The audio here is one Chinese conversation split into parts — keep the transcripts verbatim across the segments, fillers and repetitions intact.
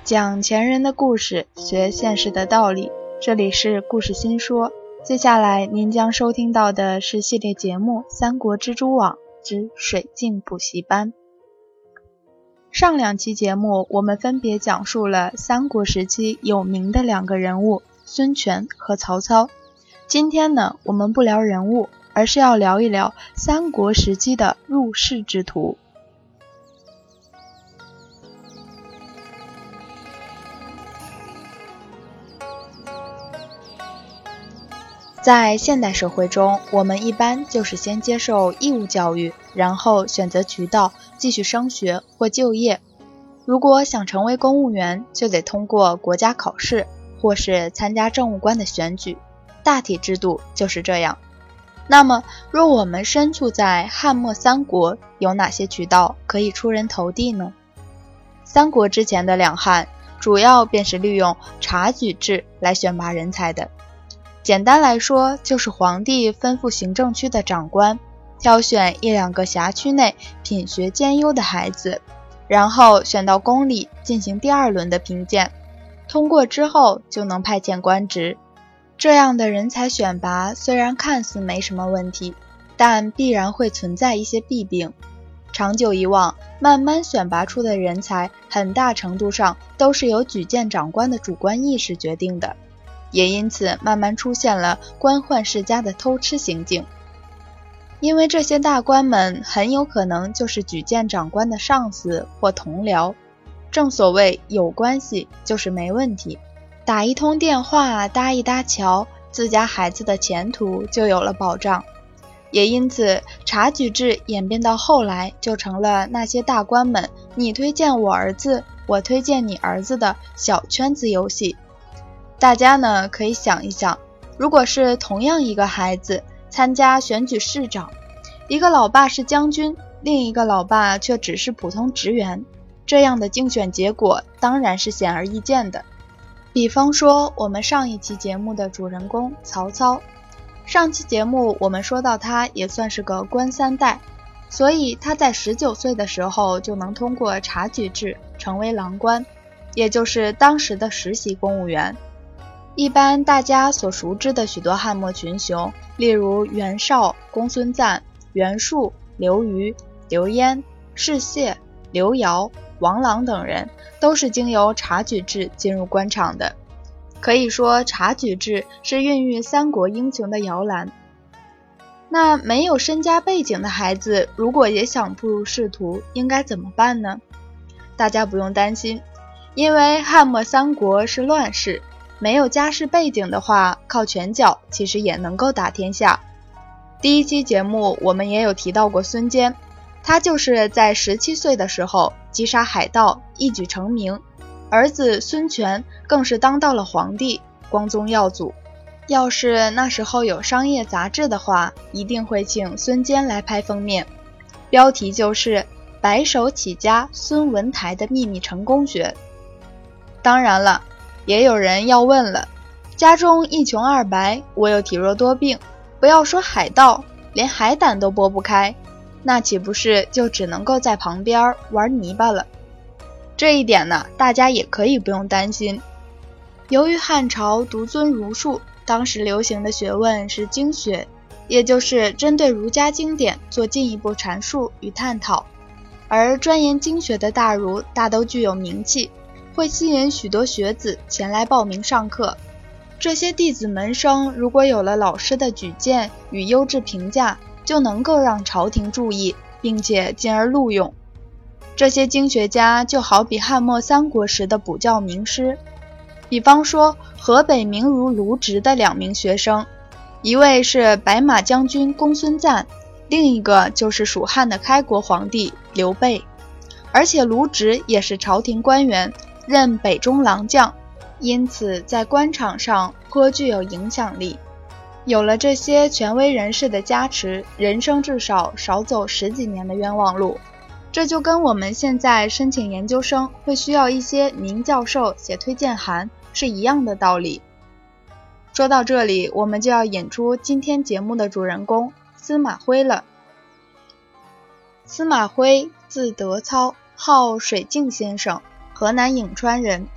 讲前人的故事，学现实的道理。这里是故事新说，接下来您将收听到的是系列节目《三国蜘蛛网之水镜补习班》。上两期节目我们分别讲述了三国时期有名的两个人物孙权和曹操。今天呢，我们不聊人物，而是要聊一聊三国时期的入仕之途。在现代社会中，我们一般就是先接受义务教育，然后选择渠道继续升学或就业。如果想成为公务员，就得通过国家考试，或是参加政务官的选举，大体制度就是这样。那么，若我们身处在汉末三国，有哪些渠道可以出人头地呢？三国之前的两汉，主要便是利用察举制来选拔人才的。简单来说，就是皇帝吩咐行政区的长官挑选一两个辖区内品学兼优的孩子，然后选到宫里进行第二轮的评鉴，通过之后就能派遣官职。这样的人才选拔虽然看似没什么问题，但必然会存在一些弊病。长久以往，慢慢选拔出的人才很大程度上都是由举荐长官的主观意识决定的，也因此慢慢出现了官宦世家的偷吃行径。因为这些大官们很有可能就是举荐长官的上司或同僚，正所谓有关系就是没问题，打一通电话搭一搭桥，自家孩子的前途就有了保障。也因此察举制演变到后来就成了那些大官们你推荐我儿子，我推荐你儿子的小圈子游戏。大家呢可以想一想，如果是同样一个孩子参加选举市长，一个老爸是将军，另一个老爸却只是普通职员，这样的竞选结果当然是显而易见的。比方说我们上一期节目的主人公曹操，上期节目我们说到他也算是个官三代，所以他在十九岁的时候就能通过察举制成为郎官，也就是当时的实习公务员。一般大家所熟知的许多汉末群雄，例如袁绍、公孙瓒、袁术、刘虞、刘焉、士燮、刘繇、王朗等人，都是经由察举制进入官场的。可以说察举制是孕育三国英雄的摇篮。那没有身家背景的孩子，如果也想步入仕途，应该怎么办呢？大家不用担心，因为汉末三国是乱世，没有家世背景的话，靠拳脚其实也能够打天下。第一期节目我们也有提到过孙坚，他就是在十七岁的时候击杀海盗，一举成名，儿子孙权更是当到了皇帝，光宗耀祖。要是那时候有商业杂志的话，一定会请孙坚来拍封面，标题就是白手起家孙文台的秘密成功学。当然了，也有人要问了，家中一穷二白，我又体弱多病，不要说海盗，连海胆都拨不开，那岂不是就只能够在旁边玩泥巴了？这一点呢，大家也可以不用担心。由于汉朝独尊儒术，当时流行的学问是经学，也就是针对儒家经典做进一步阐述与探讨。而专研经学的大儒大都具有名气，会吸引许多学子前来报名上课。这些弟子门生如果有了老师的举荐与优质评价，就能够让朝廷注意，并且进而录用。这些经学家就好比汉末三国时的补教名师。比方说河北名儒卢植的两名学生，一位是白马将军公孙瓒，另一个就是蜀汉的开国皇帝刘备。而且卢植也是朝廷官员，任北中郎将，因此在官场上颇具有影响力。有了这些权威人士的加持，人生至少少走十几年的冤枉路。这就跟我们现在申请研究生会需要一些名教授写推荐函是一样的道理。说到这里，我们就要引出今天节目的主人公司马徽了。司马徽字德操，号水镜先生，河南颍川人，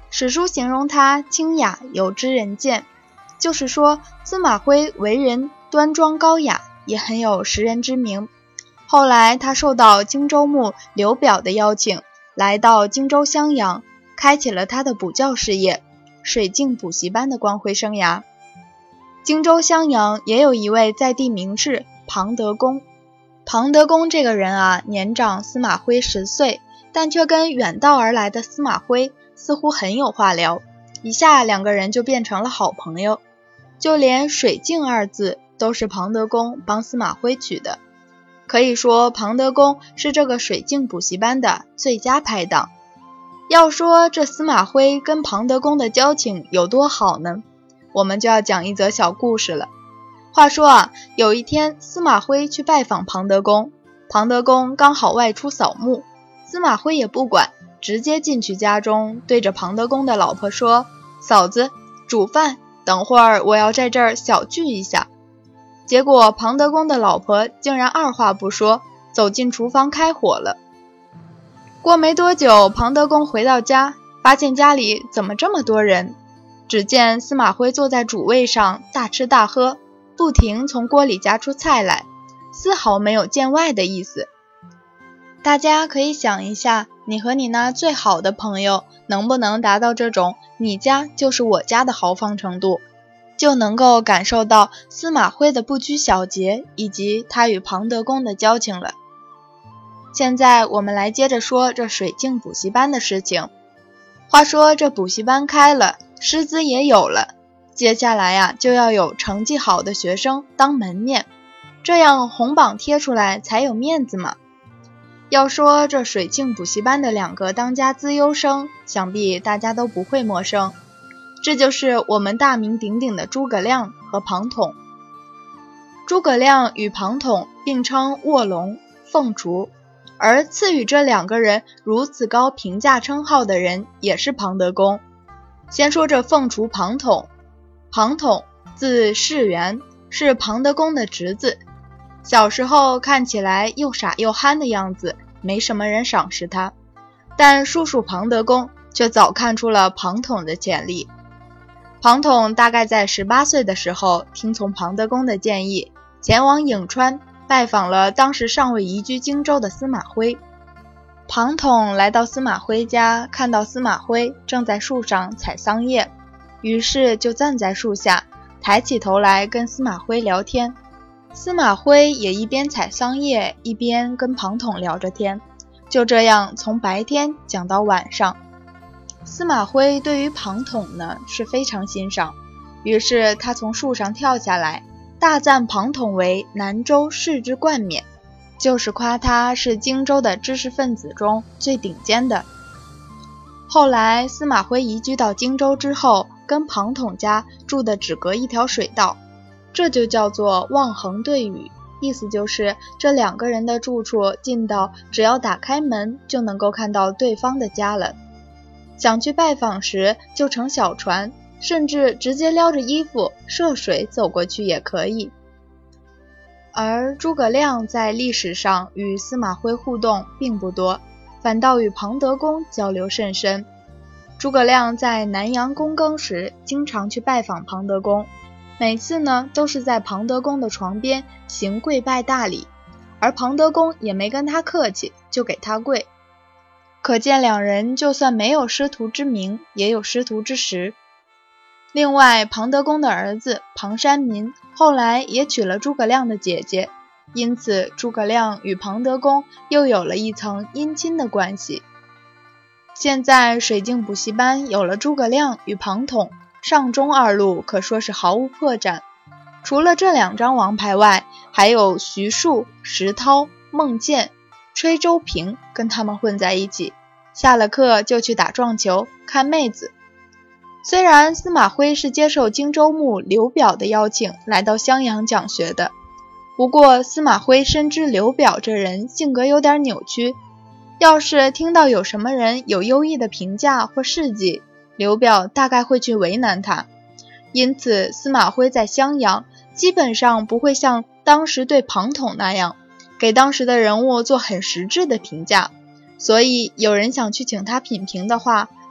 史书形容他清雅有知人见，就是说司马徽为人端庄高雅，也很有识人之明。后来他受到荆州牧刘表的邀请，来到荆州襄阳，开启了他的补教事业，水镜补习班的光辉生涯。荆州襄阳也有一位在地名士庞德公。庞德公这个人啊，年长司马徽十岁，但却跟远道而来的司马徽似乎很有话聊，一下两个人就变成了好朋友。就连水镜二字都是庞德公帮司马徽取的，可以说庞德公是这个水镜补习班的最佳拍档。要说这司马徽跟庞德公的交情有多好呢，我们就要讲一则小故事了。话说啊，有一天司马徽去拜访庞德公，庞德公刚好外出扫墓，司马徽也不管，直接进去家中，对着庞德公的老婆说：嫂子，煮饭，等会儿我要在这儿小聚一下。结果庞德公的老婆竟然二话不说，走进厨房开火了。过没多久，庞德公回到家，发现家里怎么这么多人。只见司马徽坐在主位上大吃大喝，不停从锅里夹出菜来，丝毫没有见外的意思。大家可以想一下，你和你那最好的朋友能不能达到这种你家就是我家的豪放程度，就能够感受到司马徽的不拘小节以及他与庞德公的交情了。现在我们来接着说这水镜补习班的事情。话说这补习班开了，师资也有了，接下来呀、啊、就要有成绩好的学生当门面，这样红榜贴出来才有面子嘛。要说这水镜补习班的两个当家资优生，想必大家都不会陌生，这就是我们大名鼎鼎的诸葛亮和庞统。诸葛亮与庞统并称卧龙、凤雏，而赐予这两个人如此高评价称号的人也是庞德公。先说这凤雏庞统，庞统字士元，是庞德公的侄子。小时候看起来又傻又憨的样子，没什么人赏识他，但叔叔庞德公却早看出了庞统的潜力。庞统大概在十八岁的时候，听从庞德公的建议，前往颍川拜访了当时尚未移居荆州的司马徽。庞统来到司马徽家，看到司马徽正在树上采桑叶，于是就站在树下，抬起头来跟司马徽聊天。司马徽也一边采桑叶，一边跟庞统聊着天，就这样从白天讲到晚上。司马徽对于庞统呢是非常欣赏，于是他从树上跳下来，大赞庞统为南州士之冠冕，就是夸他是荆州的知识分子中最顶尖的。后来司马徽移居到荆州之后，跟庞统家住的只隔一条水道，这就叫做望衡对语，意思就是这两个人的住处近到只要打开门就能够看到对方的家了。想去拜访时就乘小船，甚至直接撩着衣服涉水走过去也可以。而诸葛亮在历史上与司马徽互动并不多，反倒与庞德公交流甚深。诸葛亮在南阳躬耕时经常去拜访庞德公，每次呢都是在庞德公的床边行跪拜大礼，而庞德公也没跟他客气，就给他跪。可见两人就算没有师徒之名，也有师徒之实。另外庞德公的儿子庞山民后来也娶了诸葛亮的姐姐，因此诸葛亮与庞德公又有了一层姻亲的关系。现在水镜补习班有了诸葛亮与庞统，上中二路可说是毫无破绽。除了这两张王牌外，还有徐庶、石涛、孟建、崔周平跟他们混在一起，下了课就去打撞球看妹子。虽然司马徽是接受荆州牧刘表的邀请来到襄阳讲学的，不过司马徽深知刘表这人性格有点扭曲，要是听到有什么人有优异的评价或事迹，刘表大概会去为难他。因此司马徽在襄阳基本上不会像当时对庞统那样给当时的人物做很实质的评价，所以有人想去请他品评的话，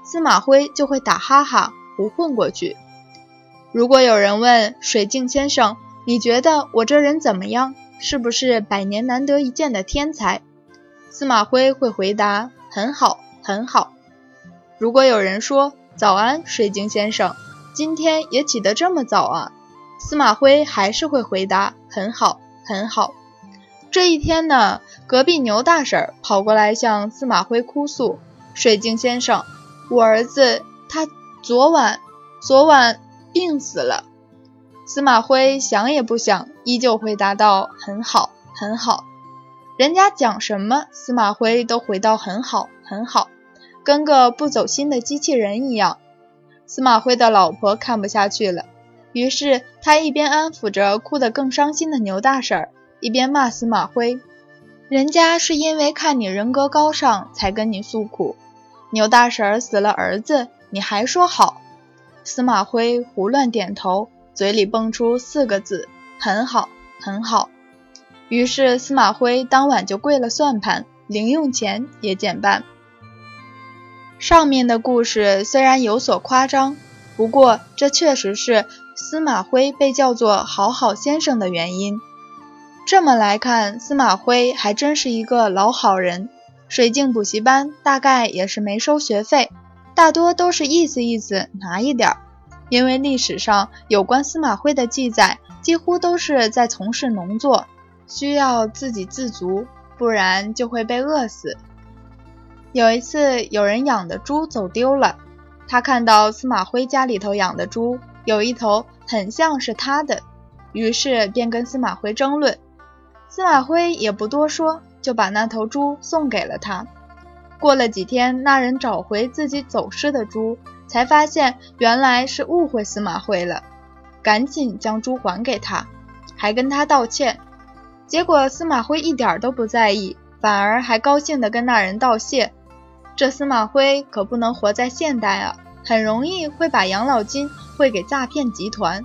司马徽就会打哈哈胡混过去。如果有人问水镜先生，你觉得我这人怎么样？是不是百年难得一见的天才？司马徽会回答，很好，很好。如果有人说，早安，水镜先生，今天也起得这么早啊？司马徽还是会回答，很好，很好。这一天呢，隔壁牛大婶跑过来向司马徽哭诉，水镜先生，我儿子他昨晚昨晚病死了。司马徽想也不想，依旧回答道，很好，很好。人家讲什么，司马徽都回到很好，很好，跟个不走心的机器人一样。司马徽的老婆看不下去了，于是他一边安抚着哭得更伤心的牛大婶，一边骂司马徽，人家是因为看你人格高尚才跟你诉苦，牛大婶死了儿子，你还说好。司马徽胡乱点头，嘴里蹦出四个字，很好，很好。于是司马徽当晚就跪了算盘，零用钱也减半。上面的故事虽然有所夸张，不过这确实是司马徽被叫做好好先生的原因。这么来看，司马徽还真是一个老好人。水镜补习班大概也是没收学费，大多都是意思意思拿一点，因为历史上有关司马徽的记载几乎都是在从事农作，需要自给自足，不然就会被饿死。有一次有人养的猪走丢了，他看到司马徽家里头养的猪有一头很像是他的，于是便跟司马徽争论。司马徽也不多说，就把那头猪送给了他。过了几天，那人找回自己走失的猪，才发现原来是误会司马徽了，赶紧将猪还给他，还跟他道歉。结果司马徽一点都不在意，反而还高兴地跟那人道谢。这司马徽可不能活在现代啊，很容易会把养老金汇给诈骗集团。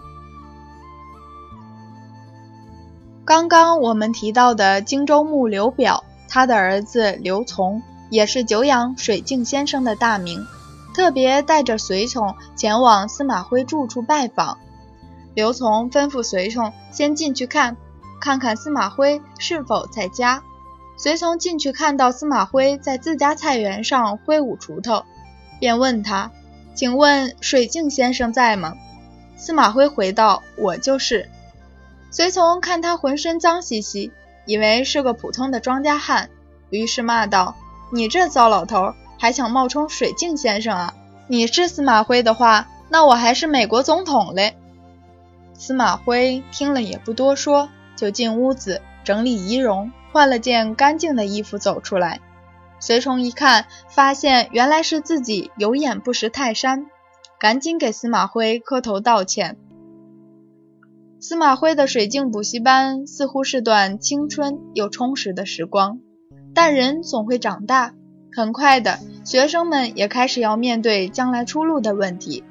刚刚我们提到的荆州牧刘表，他的儿子刘琮也是久仰水镜先生的大名，特别带着随从前往司马徽住处拜访。刘琮吩咐随从先进去看，看看司马徽是否在家。随从进去看到司马徽在自家菜园上挥舞锄头，便问他，请问水镜先生在吗？司马徽回道，我就是。随从看他浑身脏兮兮，以为是个普通的庄稼汉，于是骂道，你这糟老头还想冒充水镜先生啊？你是司马徽的话，那我还是美国总统嘞。司马徽听了也不多说，就进屋子整理仪容，换了件干净的衣服走出来。随从一看，发现原来是自己有眼不识泰山，赶紧给司马徽磕头道歉。司马徽的水镜补习班似乎是段青春又充实的时光，但人总会长大，很快的，学生们也开始要面对将来出路的问题。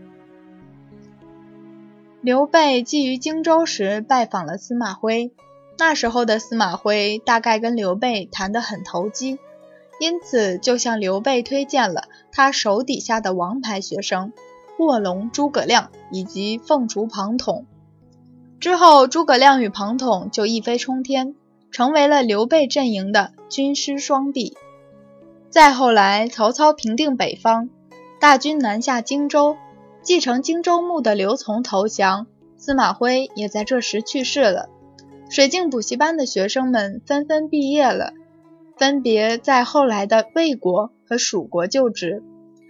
刘备寄于荆州时拜访了司马徽，那时候的司马徽大概跟刘备谈得很投机，因此就向刘备推荐了他手底下的王牌学生卧龙诸葛亮以及凤雏庞统。之后诸葛亮与庞统就一飞冲天，成为了刘备阵营的军师双璧。再后来曹操平定北方，大军南下荆州，继承荆州牧的刘琮投降，司马徽也在这时去世了。水镜补习班的学生们纷纷毕业了，分别在后来的魏国和蜀国就职。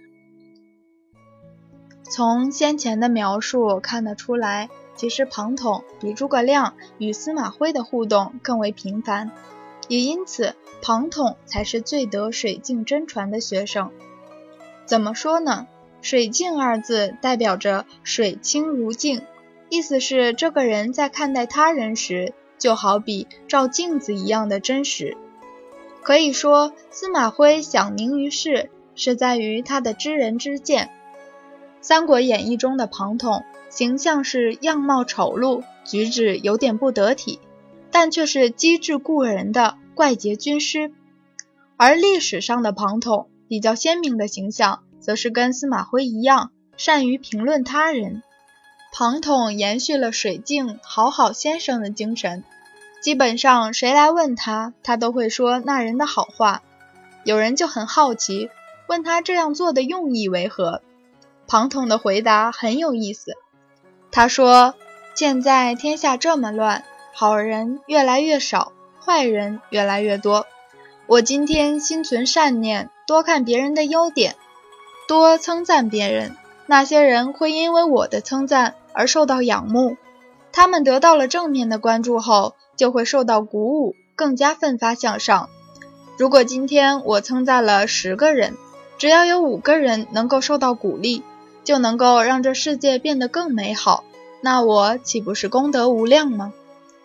从先前的描述看得出来，其实庞统比诸葛亮与司马徽的互动更为频繁，也因此庞统才是最得水镜真传的学生。怎么说呢？水镜二字代表着水清如镜，意思是这个人在看待他人时，就好比照镜子一样的真实。可以说，司马徽享名于世，是在于他的知人之见。三国演义中的庞统形象是样貌丑陋，举止有点不得体，但却是机智过人的怪杰军师。而历史上的庞统比较鲜明的形象则是跟司马徽一样，善于评论他人。庞统延续了水镜好好先生的精神，基本上谁来问他，他都会说那人的好话。有人就很好奇，问他这样做的用意为何？庞统的回答很有意思，他说：现在天下这么乱，好人越来越少，坏人越来越多。我今天心存善念，多看别人的优点，多称赞别人，那些人会因为我的称赞而受到仰慕，他们得到了正面的关注后，就会受到鼓舞，更加奋发向上。如果今天我称赞了十个人，只要有五个人能够受到鼓励，就能够让这世界变得更美好，那我岂不是功德无量吗？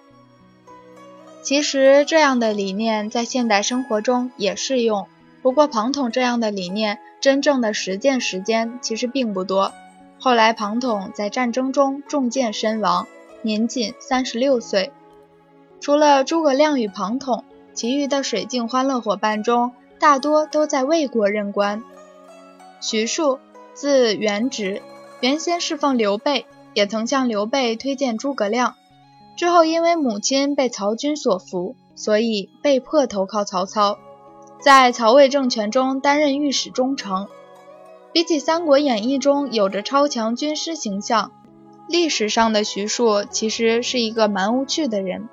其实这样的理念在现代生活中也适用，不过庞统这样的理念真正的实践时间其实并不多。后来庞统在战争中中箭身亡，年仅三十六岁。除了诸葛亮与庞统，其余的水镜欢乐伙伴中大多都在魏国任官。徐庶字元直，原先侍奉刘备，也曾向刘备推荐诸葛亮，之后因为母亲被曹军所俘，所以被迫投靠曹操，在曹魏政权中担任御史中丞。比起《三国演义》中有着超强军师形象，历史上的徐庶其实是一个蛮无趣的人。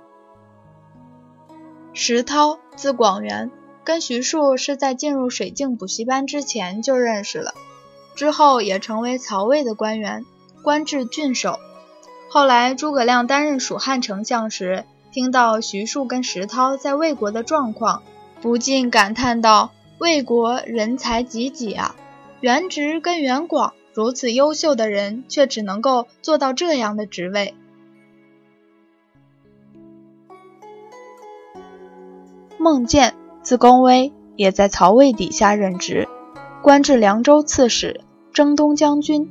石涛字广元，跟徐庶是在进入水镜补习班之前就认识了，之后也成为曹魏的官员，官至郡守。后来诸葛亮担任蜀汉丞相时，听到徐庶跟石涛在魏国的状况，不禁感叹道：魏国人才济济啊，元直跟元广如此优秀的人，却只能够做到这样的职位。孟建字公威，也在曹魏底下任职，官至凉州刺史、征东将军。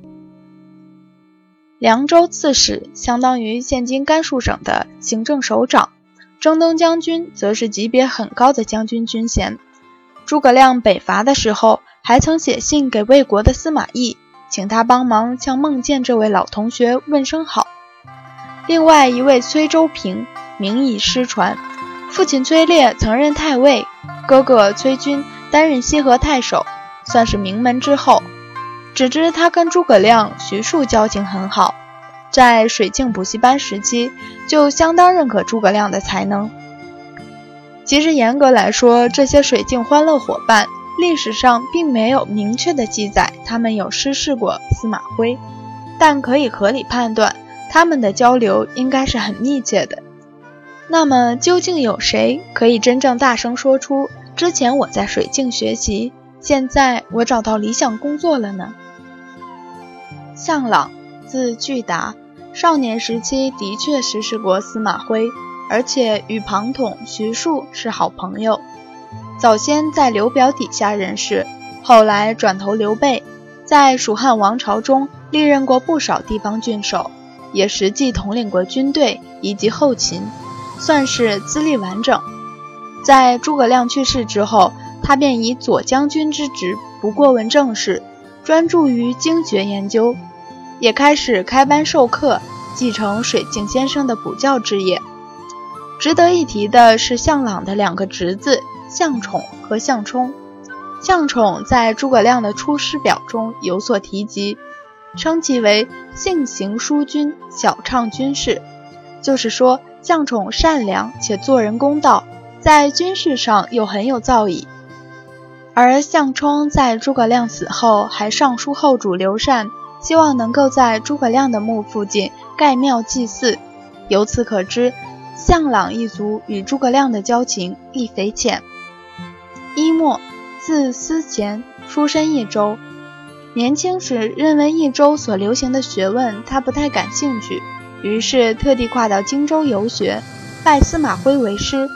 凉州刺史相当于现今甘肃省的行政首长，征东将军则是级别很高的将军军衔。诸葛亮北伐的时候，还曾写信给魏国的司马懿，请他帮忙向孟建这位老同学问声好。另外一位崔州平，名已失传，父亲崔烈曾任太尉，哥哥崔军担任西河太守，算是名门之后。只知他跟诸葛亮、徐庶交情很好，在水镜补习班时期就相当认可诸葛亮的才能。其实严格来说，这些水镜欢乐伙伴历史上并没有明确的记载他们有失事过司马徽，但可以合理判断他们的交流应该是很密切的。那么究竟有谁可以真正大声说出之前我在水镜学习，现在我找到理想工作了呢？向朗字巨达，少年时期的确失事过司马徽，而且与庞统、徐庶是好朋友。早先在刘表底下任事，后来转投刘备，在蜀汉王朝中历任过不少地方郡守，也实际统领过军队以及后勤，算是资历完整。在诸葛亮去世之后，他便以左将军之职不过问政事，专注于经学研究，也开始开班授课，继承水镜先生的补教之业。值得一提的是向朗的两个侄子向宠和向冲。向宠在诸葛亮的出师表中有所提及，称其为性行淑君，晓畅军事，就是说向宠善良且做人公道，在军事上又很有造诣。而向冲在诸葛亮死后还上书后主刘禅，希望能够在诸葛亮的墓附近盖庙祭祀。由此可知，向朗一族与诸葛亮的交情亦非浅。伊莫字思贤，出身益州。年轻时认为益州所流行的学问他不太感兴趣，于是特地跨到荆州游学，拜司马徽为师。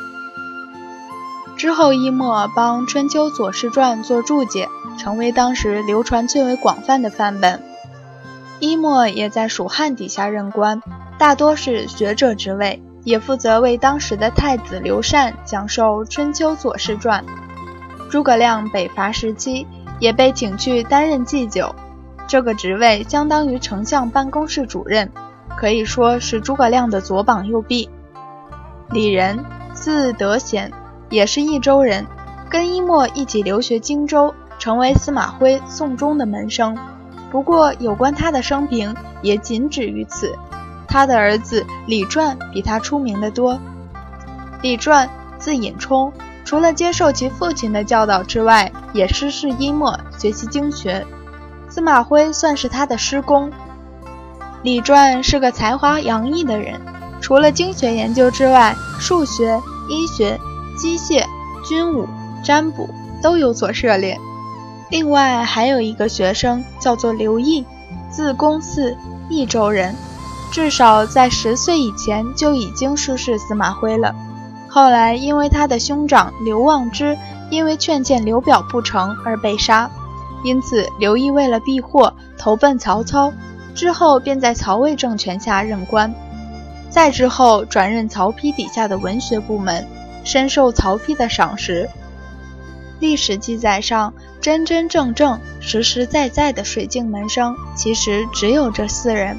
之后伊莫帮《春秋左氏传》做注解，成为当时流传最为广泛的范本。伊莫也在蜀汉底下任官，大多是学者之位，也负责为当时的太子刘禅讲授《春秋左氏传》。诸葛亮北伐时期， 也被请去担任祭酒，这个职位相当于丞相办公室主任，可以说是诸葛亮的左膀右臂。李仁，字德贤，也是益州人，跟伊莫一起留学荆州，成为司马徽、宋忠的门生。不过有关他的生平也仅止于此，他的儿子李传比他出名得多。李传，字尹冲，除了接受其父亲的教导之外，也师事伊莫，学习经学。司马徽算是他的师公。李传是个才华洋溢的人，除了经学研究之外，数学、医学、机械、军武、占卜都有所涉猎。另外还有一个学生叫做刘毅，字公嗣，益州人，至少在十岁以前就已经师事司马徽了。后来因为他的兄长刘望之因为劝谏刘表不成而被杀，因此刘毅为了避祸投奔曹操，之后便在曹魏政权下任官，再之后转任曹丕底下的文学部门，深受曹丕的赏识。历史记载上真真正正实实在在的水镜门生其实只有这四人。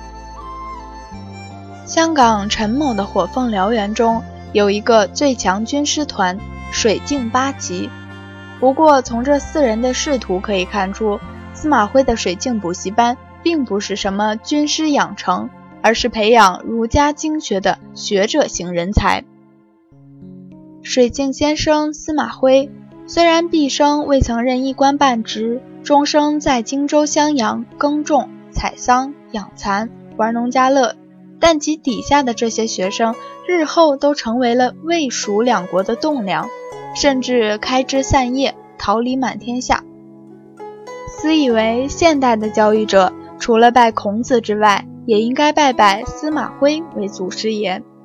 香港陈某的火凤燎原中有一个最强军师团水镜八旗，不过从这四人的仕途可以看出，司马徽的水镜补习班并不是什么军师养成，而是培养儒家经学的学者型人才。水镜先生司马徽虽然毕生未曾任一官半职，终生在荆州襄阳耕种、采桑、养蚕、玩农家乐，但其底下的这些学生日后都成为了魏蜀两国的栋梁，甚至开枝散叶，桃李满天下。私以为现代的教育者除了拜孔子之外，也应该拜拜司马徽为祖师爷。